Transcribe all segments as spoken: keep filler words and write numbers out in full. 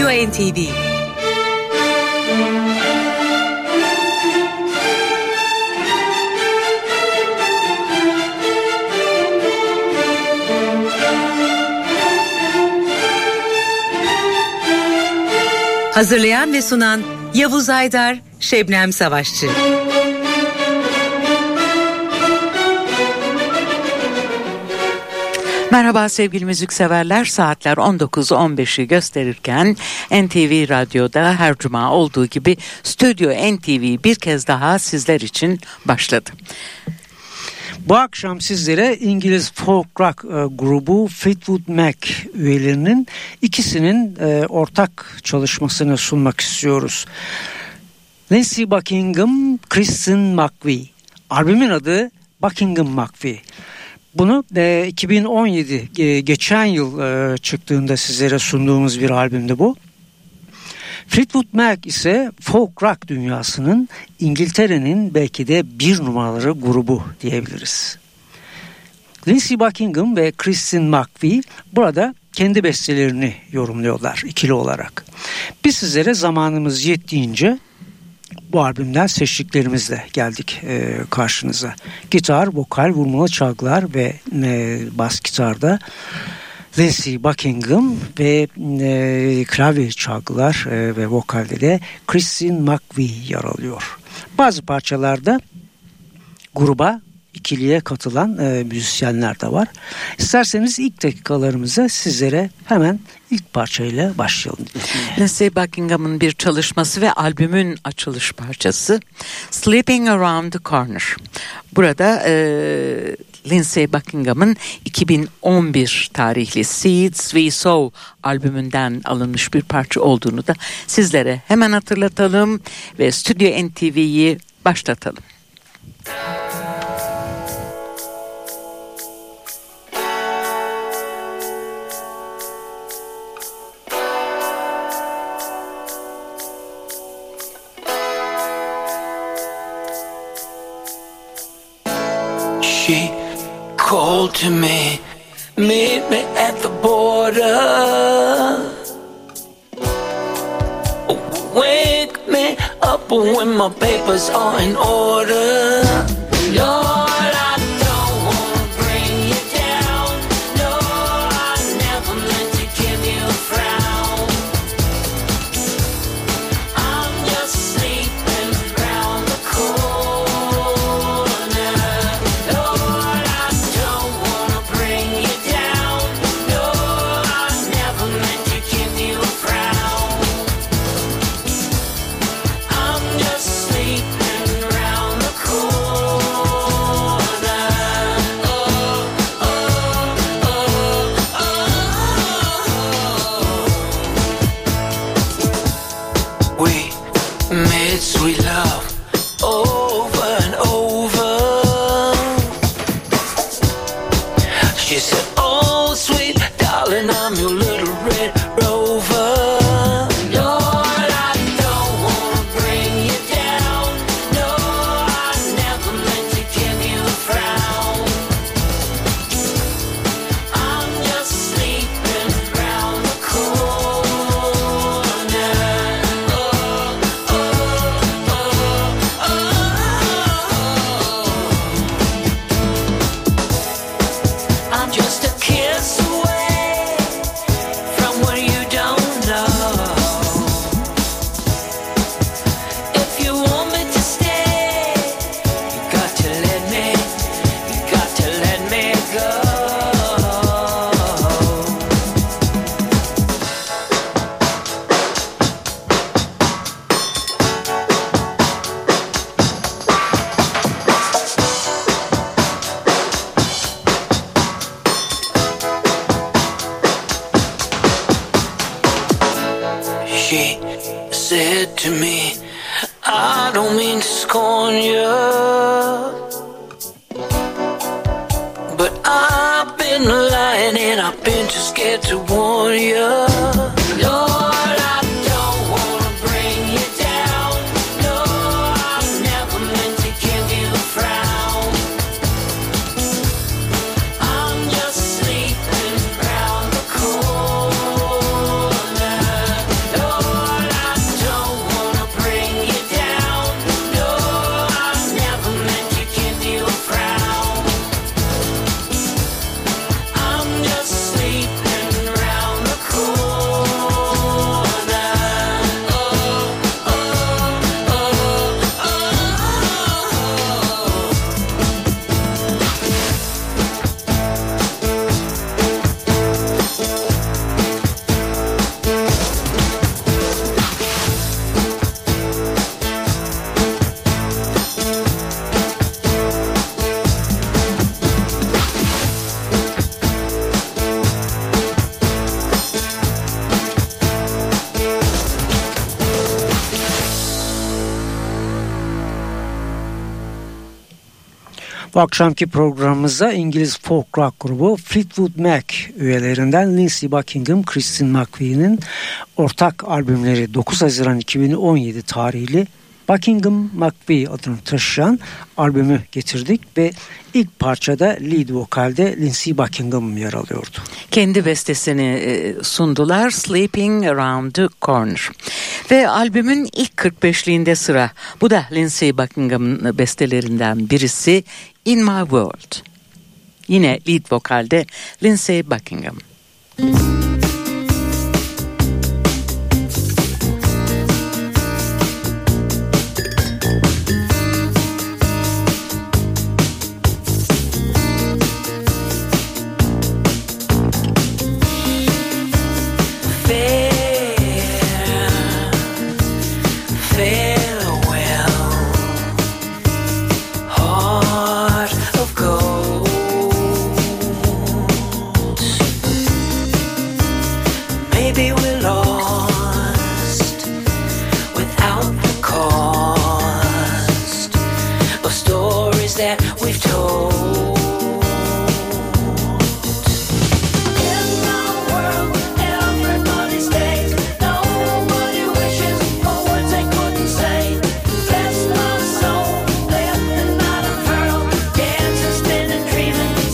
Stüdyo N T V. Hazırlayan ve sunan Yavuz Aydar, Şebnem Savaşçı. Merhaba sevgili müzikseverler, saatler on dokuz on beşi gösterirken N T V Radyo'da her cuma olduğu gibi Stüdyo N T V bir kez daha sizler için başladı. Bu akşam sizlere İngiliz folk rock e, grubu Fleetwood Mac üyelerinin ikisinin e, ortak çalışmasını sunmak istiyoruz. Lindsey Buckingham, Kristen McVie. Albümün adı Buckingham McVie. Bunu e, iki bin on yedi e, geçen yıl e, çıktığında sizlere sunduğumuz bir albümdü bu. Fleetwood Mac ise folk rock dünyasının İngiltere'nin belki de bir numaraları grubu diyebiliriz. Lindsey Buckingham ve Kristen McVie burada kendi bestelerini yorumluyorlar ikili olarak. Biz sizlere zamanımız yettiğince bu albümden seçtiklerimizle geldik e, karşınıza. Gitar, vokal, vurmalı çalgılar ve e, bas gitarda Lindsey Buckingham ve e, klavye çalgılar e, ve vokalde de Kristen McVie yer alıyor. Bazı parçalarda gruba ikiliye katılan e, müzisyenler de var. İsterseniz ilk dakikalarımıza sizlere hemen ilk parçayla başlayalım. Lindsey Buckingham'ın bir çalışması ve albümün açılış parçası Sleeping Around the Corner. Burada e, Lindsey Buckingham'ın iki bin on bir tarihli Seeds We Sow albümünden alınmış bir parça olduğunu da sizlere hemen hatırlatalım ve Stüdyo N T V'yi başlatalım. She called to me, meet me at the border. Wake me up when my papers are in order. Lord, I don't wanna bring you down. No, I never meant to give you a frown. I'm just sleeping round the corner. Lord, I don't wanna bring you down. No, I never meant to give you a frown. I'm just sleeping round the corner. We made sweet love over and over. She said, oh, sweet darling, I'm your little red rover. Lord, I don't wanna bring you down. No, I never meant to give you a frown. I'm just sleeping round the corner. I'm just a kiss away from what you don't know. If you want me to stay, you got to let me, you got to let me go. She said to me, I don't mean to scorn you, but I've been lying and I've been too scared to warn you. Lord, I don't wanna bring you down. No, I've never meant to give you a frown. I'm just sleeping round the corner. Bu akşamki programımıza İngiliz folk rock grubu Fleetwood Mac üyelerinden Lindsey Buckingham, Christine McVie'nin ortak albümleri dokuz Haziran iki bin on yedi tarihli Buckingham McVie adını taşıyan albümü getirdik ve ilk parçada lead vokalde Lindsey Buckingham yer alıyordu. Kendi bestesini sundular, Sleeping Around the Corner. Ve albümün ilk kırk beşliğinde sıra. Bu da Lindsey Buckingham'ın bestelerinden birisi, In My World. Yine lead vokalde Lindsey Buckingham.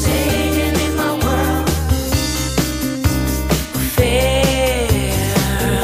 Fair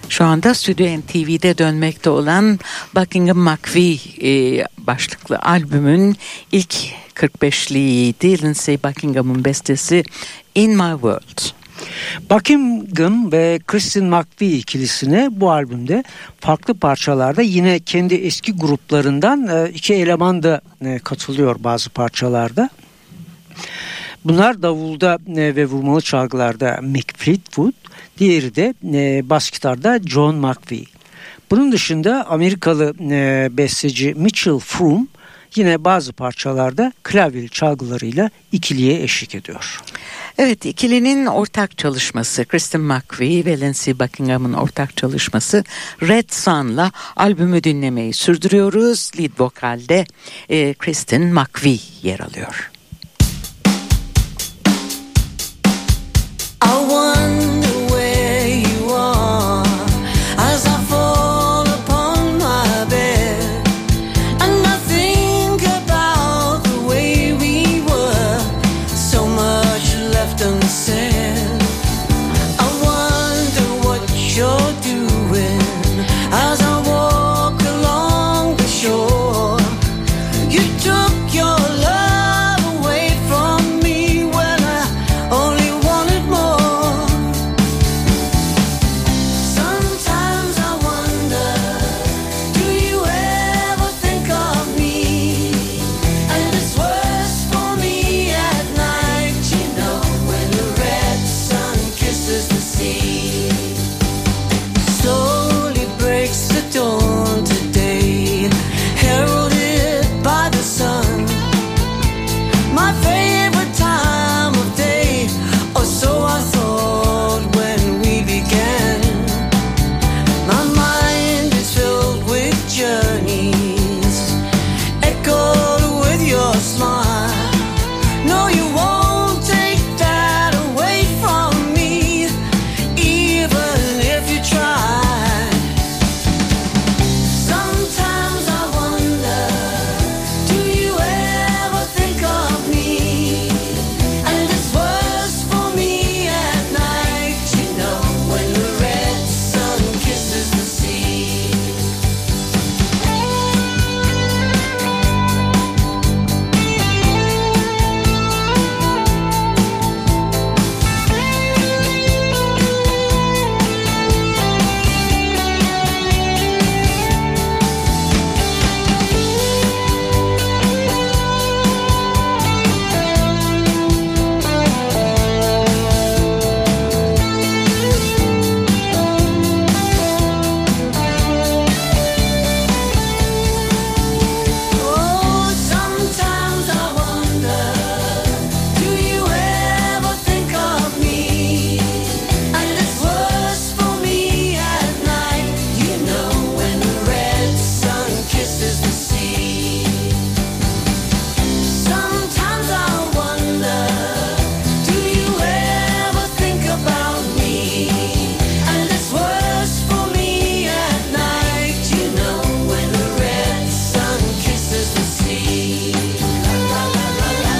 Şu anda Stüdyo N T V'de dönmekte olan Buckingham McVie e, başlıklı albümün ilk kırk beşliydi. Lindsey Buckingham'ın bestesi In My World. Buckingham ve Kristen McVie ikilisine bu albümde farklı parçalarda yine kendi eski gruplarından iki eleman da katılıyor bazı parçalarda. Bunlar davulda ve vurmalı çalgılarda Mick Fleetwood, diğeri de bas gitarda John McVie. Bunun dışında Amerikalı besteci Mitchell Froom yine bazı parçalarda klavyeli çalgılarıyla ikiliye eşlik ediyor. Evet, ikilinin ortak çalışması, Kristen McVie ve Lindsey Buckingham'ın ortak çalışması Red Sun'la albümü dinlemeyi sürdürüyoruz. Lead vokalde e, Kristen McVie yer alıyor. I wonder where you are as I fall upon my bed, and I think about the way we were, so much left unsaid. I wonder what you're doing as I walk along the shore. You took your love away from me when I only wanted more. Sometimes I wonder, do you ever think of me? And it's worse for me at night, you know, when the red sun kisses the sea. Slowly breaks the dawn today, heralded by the sun. My favorite time of day, or so I thought when we began. My mind is filled with journeys, echoed with your smile. No, you won't take that away from me, even if you try. Sometimes I wonder, do you ever think of me? And it's worse for me at night, you know, when the red sun kisses the sea. Oh, sometimes I wonder, do you ever think of me? And it's worse for me at night, you know, when the red sun kisses the sea. Sometimes I wonder, do you ever think about me? And it's worse for me at night, you know, when the red sun kisses the sea. La, la, la, la,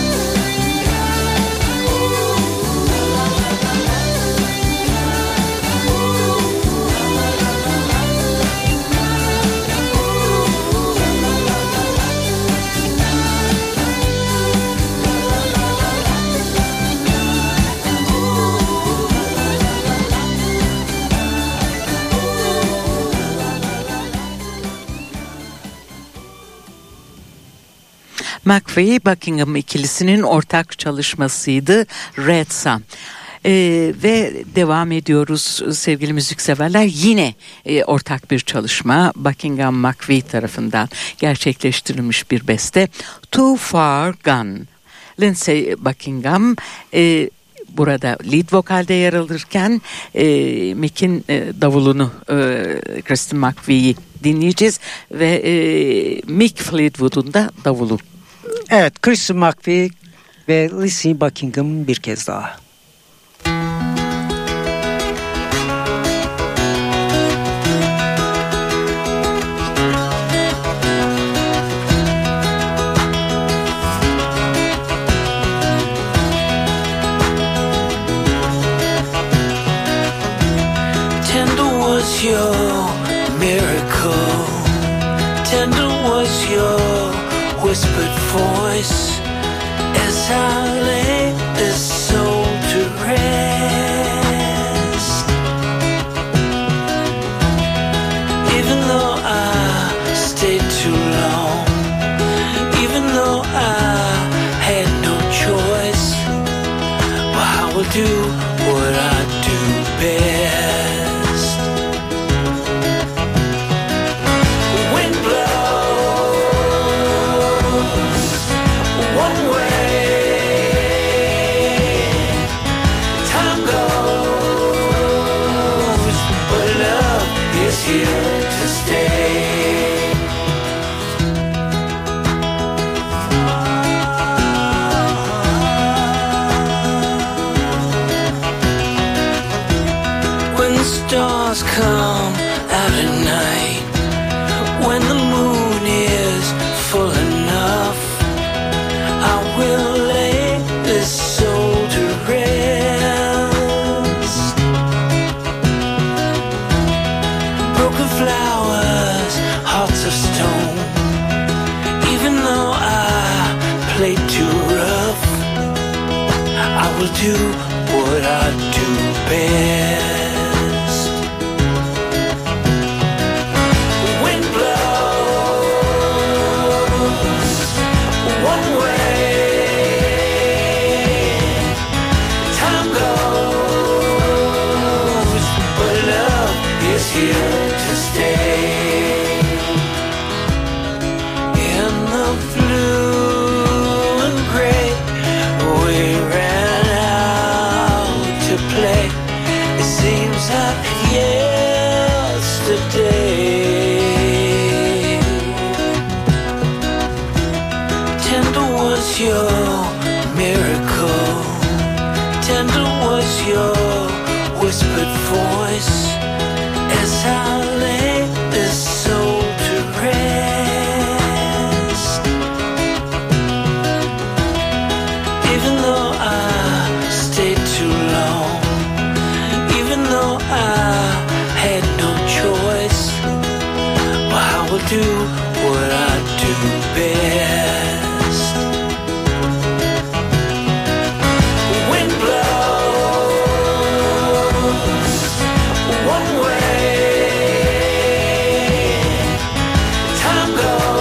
McVie Buckingham ikilisinin ortak çalışmasıydı Red Sun. Ee, ve devam ediyoruz sevgili müzikseverler. Yine e, ortak bir çalışma, Buckingham McVie tarafından gerçekleştirilmiş bir beste, Too Far Gone. Lindsey Buckingham e, burada lead vokalde yer alırken e, Mick'in e, davulunu, e, Kristen McVie'yi dinleyeceğiz ve e, Mick Fleetwood'un da davulu. Evet, Kristen McVie ve Lindsey Buckingham bir kez daha. tender was your miracle. Tender was your whispered voice as I lay this soul to rest. Even though I stayed too long, even though I had no choice, well, I will do what I do best. Wind blows one way, time goes, but love is here to stay. When the stars come out at night, when the moon is full enough, I will lay this soul to rest. Broken flowers, hearts of stone, even though I played too rough, I will do what I do best. Wind blows one way, time goes, but love is here to stay. In the blue and gray, we ran out to play. It seems like yesterday. Tender was your miracle. Tender was your whispered voice as I lay this soul to rest. Even though I stayed too long, even though I had no choice, well, I will do what I do best. Wind blows one way, time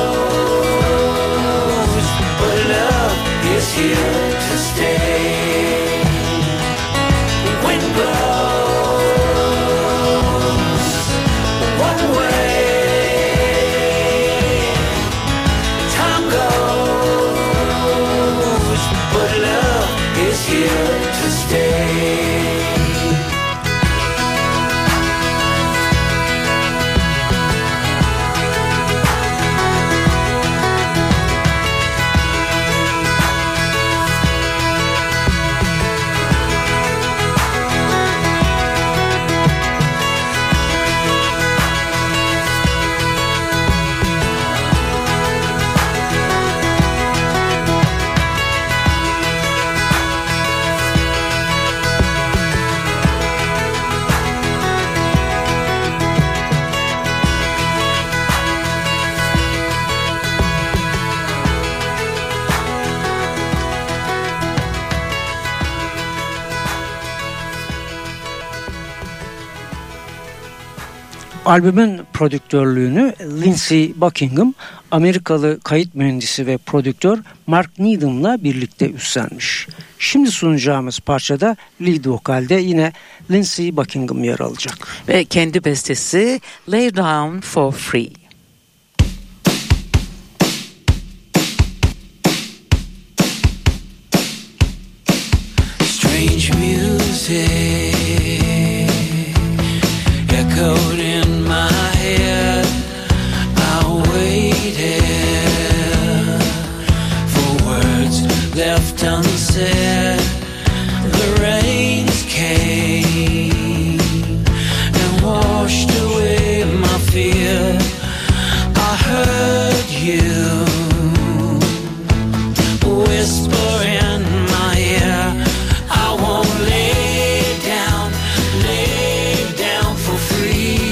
goes, but love is here to stay. Wind blows one way, time goes, but love is here to stay. Albümün prodüktörlüğünü Lindsey Buckingham, Amerikalı kayıt mühendisi ve prodüktör Mark Needham'la birlikte üstlenmiş. Şimdi sunacağımız parçada lead vokalde yine Lindsey Buckingham yer alacak. Ve kendi bestesi Lay Down for Free. Strange music echoed in my head. I waited for words left unsaid. The rains came and washed away my fear. I heard you whisper in my ear, I won't lay down, lay down for free.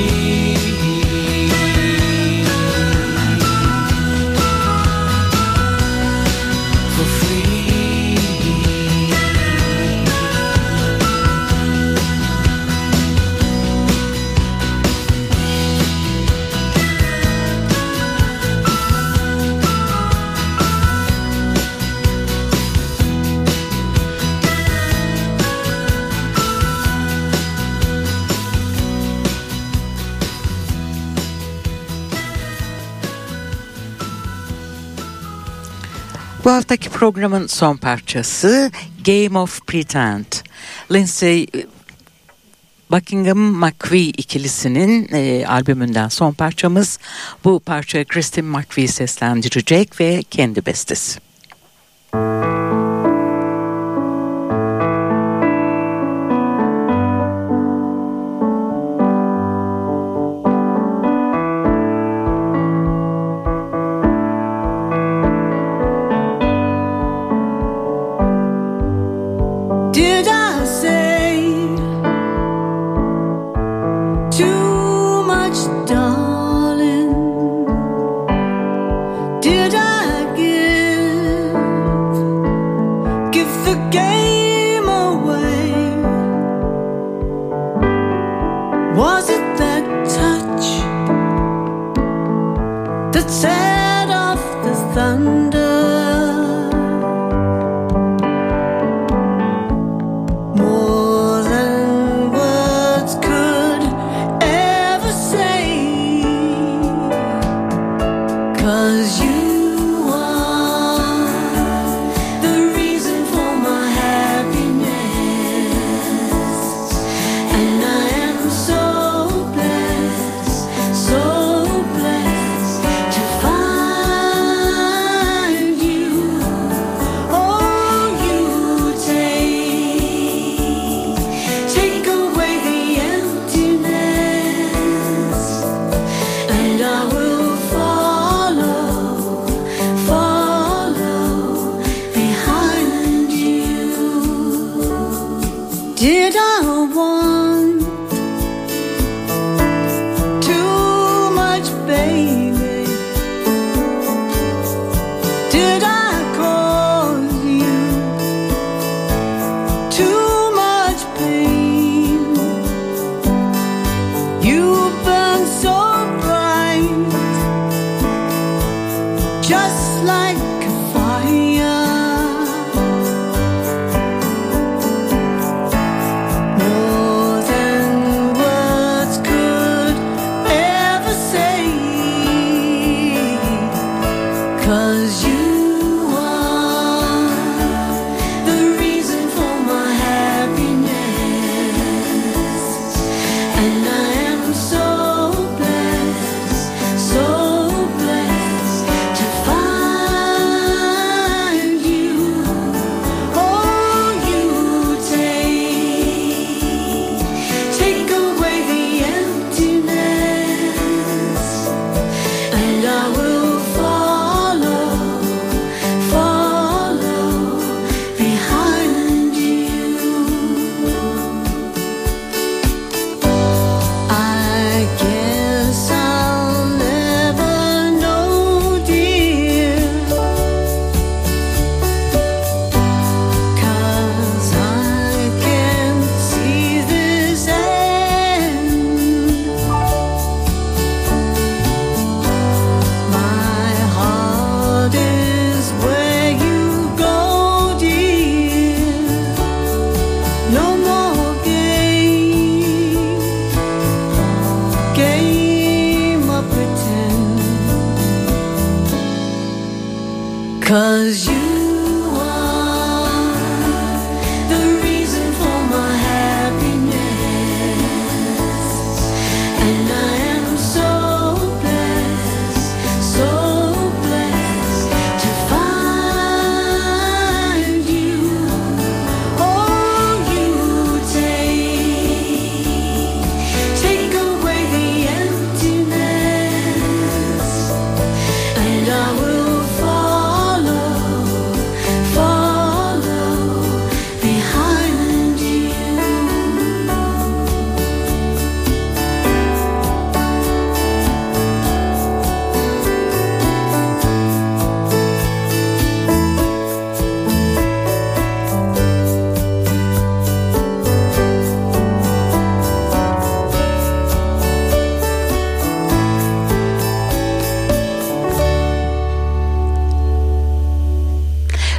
for free. Bu haftaki programın son parçası Game of Pretend. Lindsey Buckingham McVie ikilisinin e, albümünden son parçamız. Bu parça Christine McVie seslendirecek ve kendi bestesi. Did I say too much, darling? Did I give give the game away? Was it that touch that set off the thunder? More than words could ever say, 'cause you are the reason for my happiness, and I am so blessed, so blessed to find you. Oh, you take Take away the emptiness, and I will follow, follow behind you. Did I want too much, baby? Did I cause you too much pain? You burn so bright, just like a fire. More than words could ever say, 'cause you are the reason for my happiness, and I am so blessed, so blessed to find you. Oh, you take take away the emptiness, and I will follow, follow behind you. I guess I'll never know, dear, 'cause I can see this end. My heart is where you go, dear. No more game, game of pretend, 'cause you are the reason for my happiness, and I am so blessed, so blessed to find you. Oh, you take take away the emptiness, and I will follow,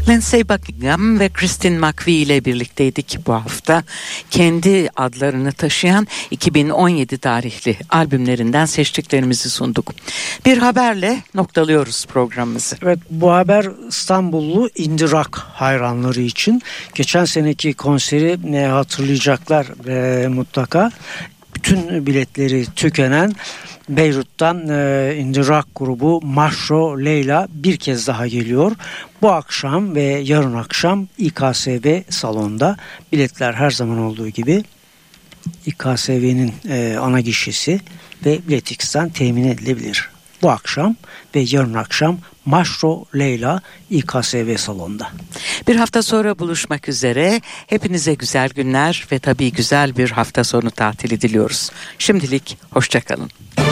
Lindsey Buckingham ve Christine McVie ile birlikteydik bu hafta. Kendi adlarını taşıyan iki bin on yedi tarihli albümlerinden seçtiklerimizi sunduk. Bir haberle noktalıyoruz programımızı. Evet, bu haber İstanbullu indie rock hayranları için. Geçen seneki konseri e, hatırlayacaklar e, mutlaka. Bütün biletleri tükenen Beyrut'tan e, indie rock grubu Maşro Leyla bir kez daha geliyor. Bu akşam ve yarın akşam İ K S V salonda. Biletler her zaman olduğu gibi İ K S V'nin e, ana gişesi ve Biletix'ten temin edilebilir. Bu akşam ve yarın akşam Maşro Leyla İ K S V salonda. Bir hafta sonra buluşmak üzere. Hepinize güzel günler ve tabii güzel bir hafta sonu tatili diliyoruz. Şimdilik hoşçakalın.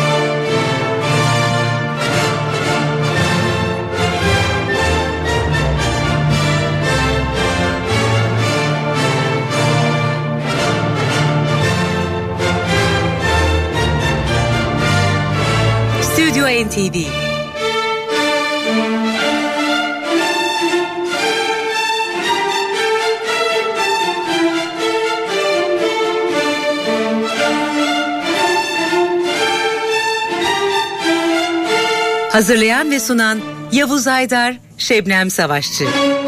Stüdyo N T V. Hazırlayan ve sunan Yavuz Aydar, Şebnem Savaşçı.